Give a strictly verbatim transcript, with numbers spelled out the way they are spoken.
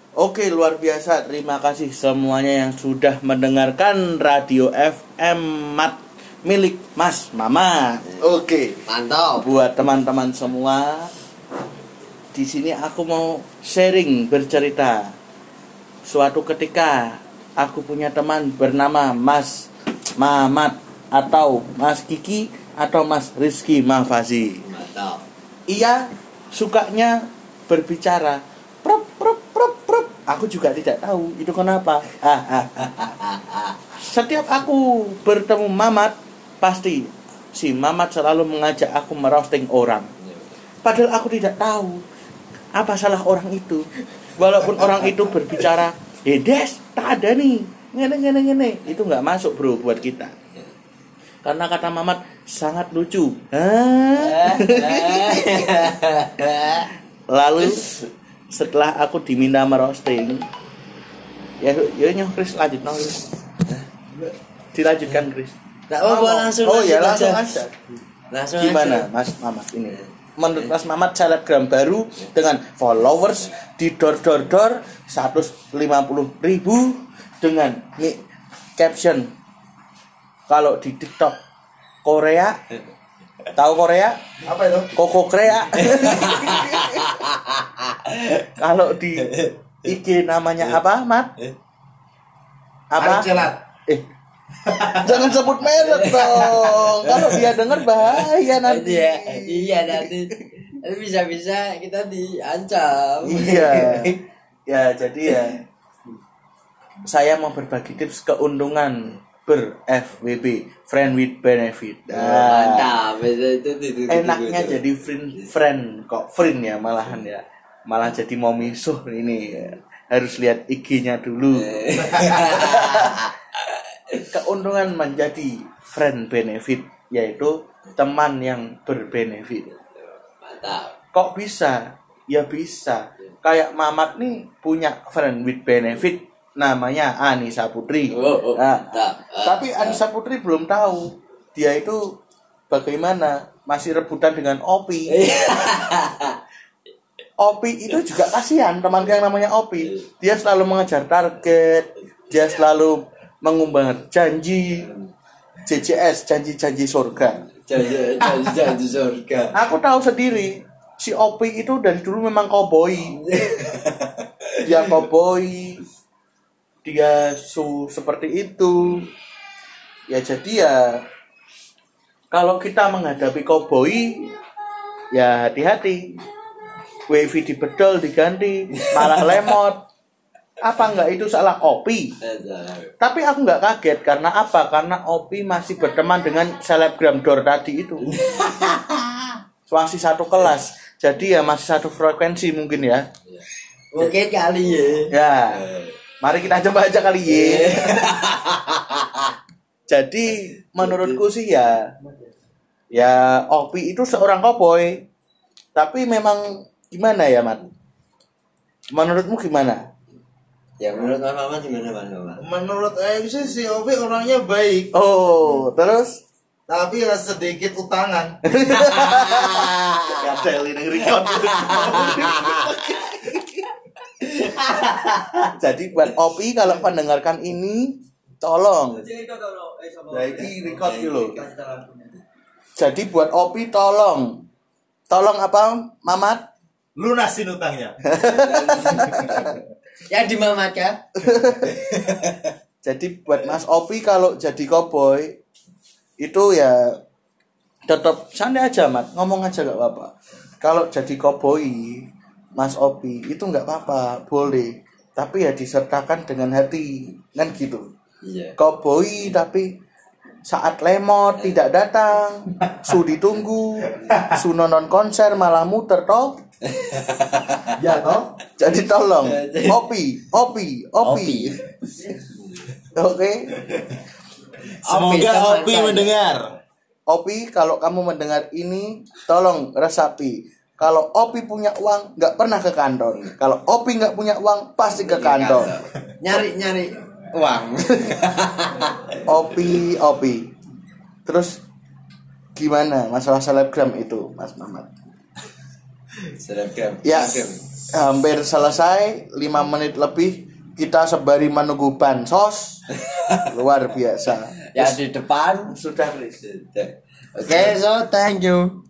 Oke, luar biasa. Terima kasih semuanya yang sudah mendengarkan Radio F M Mat milik Mas Mamat. Oke, mantap. Buat teman-teman semua, di sini aku mau sharing, bercerita. Suatu ketika aku punya teman bernama Mas Mamat atau Mas Kiki atau Mas Rizky Mahfazi. Mantap. Ia sukanya berbicara prop prop prop prop. Aku juga tidak tahu itu kenapa. Setiap aku bertemu Mamat, pasti si Mamat selalu mengajak aku merosting orang. Padahal aku tidak tahu apa salah orang itu. Walaupun orang itu berbicara, "Eh Des, tak ada nih, ngene ngene ngene." Itu nggak masuk bro buat kita. Karena kata Mamat sangat lucu. Lalu setelah aku diminta merosting, ya ya nyoh Chris lanjut nong Chris. Dilanjutkan Chris. Enggak apa-apa, langsung. Oh ya langsung langsung aja. Langsung Gimana aja. Mas Mamat ini? Menurut Mas Mamat selebgram baru dengan followers di dor dor dor seratus lima puluh ribu dengan nih caption kalau di TikTok Korea, tahu Korea? Apa itu? Koko Korea. Kalau di I G namanya apa, Mat? Apa? Celat. Eh, jangan sebut merek dong. Kalau dia dengar bahaya nanti. Iya, iya nanti. Nanti bisa-bisa kita diancam. Iya. Ya, jadi ya saya mau berbagi tips keuntungan ber F W B, friend with benefit. Nah, mantap. Itu, itu, itu, Enaknya itu, itu. jadi friend friend kok friend ya malahan ya. Malah jadi mau misuh ini. Harus lihat I G-nya dulu. Keuntungan menjadi friend benefit yaitu teman yang berbenefit. Mantap. Kok bisa? Ya bisa. Kayak Mamat nih punya friend with benefit namanya Anissa Putri. Oh, oh, nah, mantap. tapi Anissa Putri belum tahu dia itu bagaimana, masih rebutan dengan Opi. Opi itu juga kasihan, teman yang namanya Opi. Dia selalu mengejar target, dia selalu mengumbar janji J J S, janji-janji surga. Janji janji surga. Aku tahu sendiri, si Opi itu dari dulu memang koboi. Dia koboi, dia su seperti itu. Ya jadi ya kalau kita menghadapi koboi, ya hati-hati. Wifi dibedol diganti, malah lemot. Apa enggak itu salah Opi? Tapi aku enggak kaget karena apa? Karena Opi masih berteman dengan selebgram Dor tadi itu. Masih satu kelas. Jadi ya masih satu frekuensi mungkin ya. Mungkin kali ya. Ya. Mari kita coba aja kali ya. Jadi menurutku sih ya ya Opi itu seorang cowboy. Tapi memang gimana ya, Mat? Menurutmu gimana? Ya menurut Mas Mamat gimana Mas Mamat? Menurut saya sih si Ovi orangnya baik, Oh, terus? tapi ya sedikit utangan. Ya Deli ning record. Jadi buat Opi kalau mendengarkan ini tolong. Nah, ini record dulu. Jadi buat Opi tolong. Tolong apa, Mamat? Lunasin utangnya. Ya di Mamat ya. Jadi buat Mas Opi kalau jadi cowboy itu ya tetap santai aja, Mat. Ngomong aja gak apa-apa. Kalau jadi cowboy Mas Opi itu nggak apa-apa, boleh. Tapi ya disertakan dengan hati, kan gitu. Iya. Cowboy tapi saat lemot tidak datang, su ditunggu, su nonton konser malah muter toh. Ya toh? Jadi tolong, Opi, Opi, Opi. Oke. Semoga Opi mendengar. Opi, kalau kamu mendengar ini, tolong resapi. Kalau Opi punya uang, nggak pernah ke kantor. Kalau Opi nggak punya uang, pasti ke kantor. Nyari nyari uang. Opi, Opi. Terus gimana masalah selebgram itu, Mas Mamat? Selebgram. Ya, Selebgram. hampir selesai, lima menit lebih kita sebari menunggu bansos. Luar biasa. Ya di depan Sudah, Chris. Oke, so thank you.